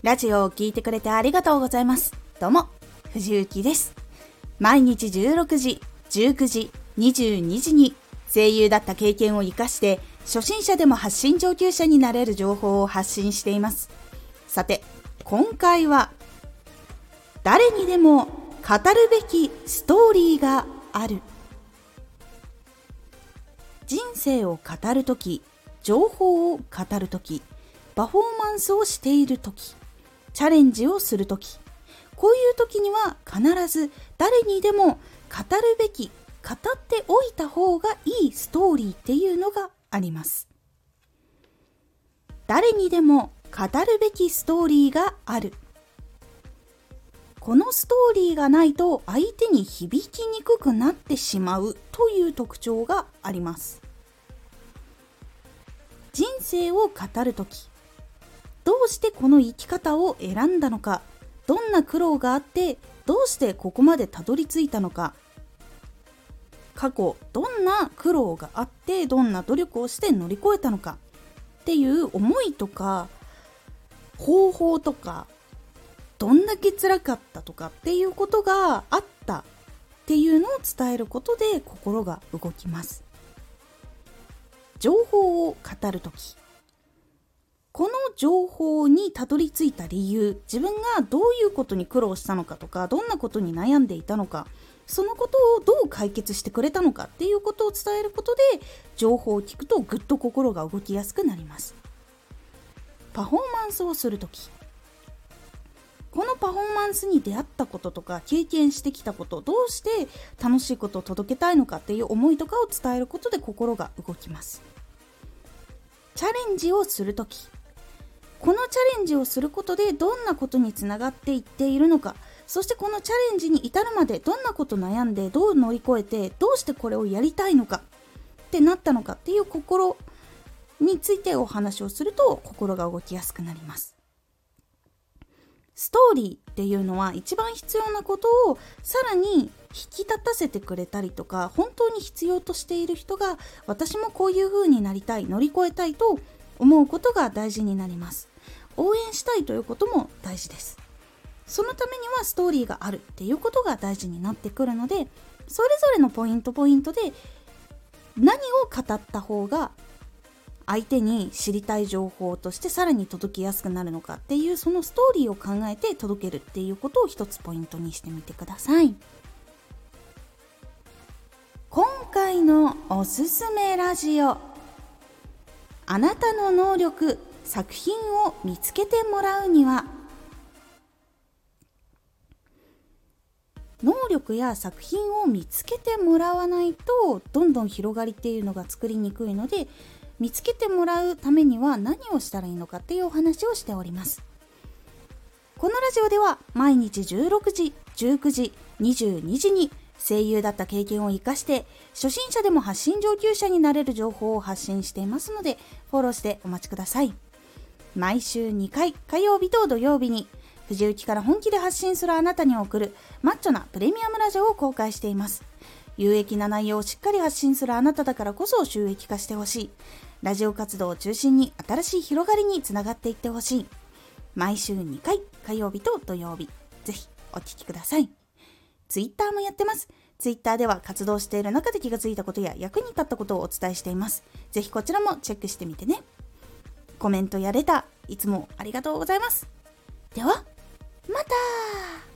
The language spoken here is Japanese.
ラジオを聞いてくれてありがとうございます。どうも、藤幸です。毎日16時、19時、22時に声優だった経験を生かして初心者でも発信上級者になれる情報を発信しています。さて、今回は誰にでも語るべきストーリーがある。人生を語るとき、情報を語るとき、パフォーマンスをしているとき、チャレンジをするとき、こういうときには必ず誰にでも語るべき、語っておいた方がいいストーリーっていうのがあります。誰にでも語るべきストーリーがある。このストーリーがないと相手に響きにくくなってしまうという特徴があります。人生を語るとき、どうしてこの生き方を選んだのか、どんな苦労があってどうしてここまでたどり着いたのか、過去どんな苦労があってどんな努力をして乗り越えたのかっていう思いとか方法とか、どんだけ辛かったとかっていうことがあったっていうのを伝えることで心が動きます。情報を語るとき、この情報にたどり着いた理由、自分がどういうことに苦労したのかとか、どんなことに悩んでいたのか、そのことをどう解決してくれたのかっていうことを伝えることで、情報を聞くとぐっと心が動きやすくなります。パフォーマンスをするとき、このパフォーマンスに出会ったこととか経験してきたこと、どうして楽しいことを届けたいのかっていう思いとかを伝えることで心が動きます。チャレンジをするとき、このチャレンジをすることでどんなことにつながっていっているのか、そしてこのチャレンジに至るまでどんなこと悩んで、どう乗り越えて、どうしてこれをやりたいのかってなったのかっていう心についてお話をすると心が動きやすくなります。ストーリーっていうのは一番必要なことをさらに引き立たせてくれたりとか、本当に必要としている人が私もこういう風になりたい、乗り越えたいと思うことが大事になります。応援したいということも大事です。そのためにはストーリーがあるっていうことが大事になってくるので、それぞれのポイントで何を語った方が相手に知りたい情報としてさらに届きやすくなるのかっていう、そのストーリーを考えて届けるっていうことを一つポイントにしてみてください。今回のおすすめラジオ、あなたの能力、作品を見つけてもらうには。能力や作品を見つけてもらわないとどんどん広がりっていうのが作りにくいので、見つけてもらうためには何をしたらいいのかっていうお話をしております。このラジオでは毎日16時、19時、22時に声優だった経験を生かして初心者でも発信上級者になれる情報を発信していますので、フォローしてお待ちください。毎週2回、火曜日と土曜日に藤雪から本気で発信するあなたに送るマッチョなプレミアムラジオを公開しています。有益な内容をしっかり発信するあなただからこそ収益化してほしい。ラジオ活動を中心に新しい広がりにつながっていってほしい。毎週2回、火曜日と土曜日、ぜひお聞きください。ツイッターもやってます。ツイッターでは活動している中で気がついたことや役に立ったことをお伝えしています。ぜひこちらもチェックしてみてね。コメントやレター、いつもありがとうございます。では、また。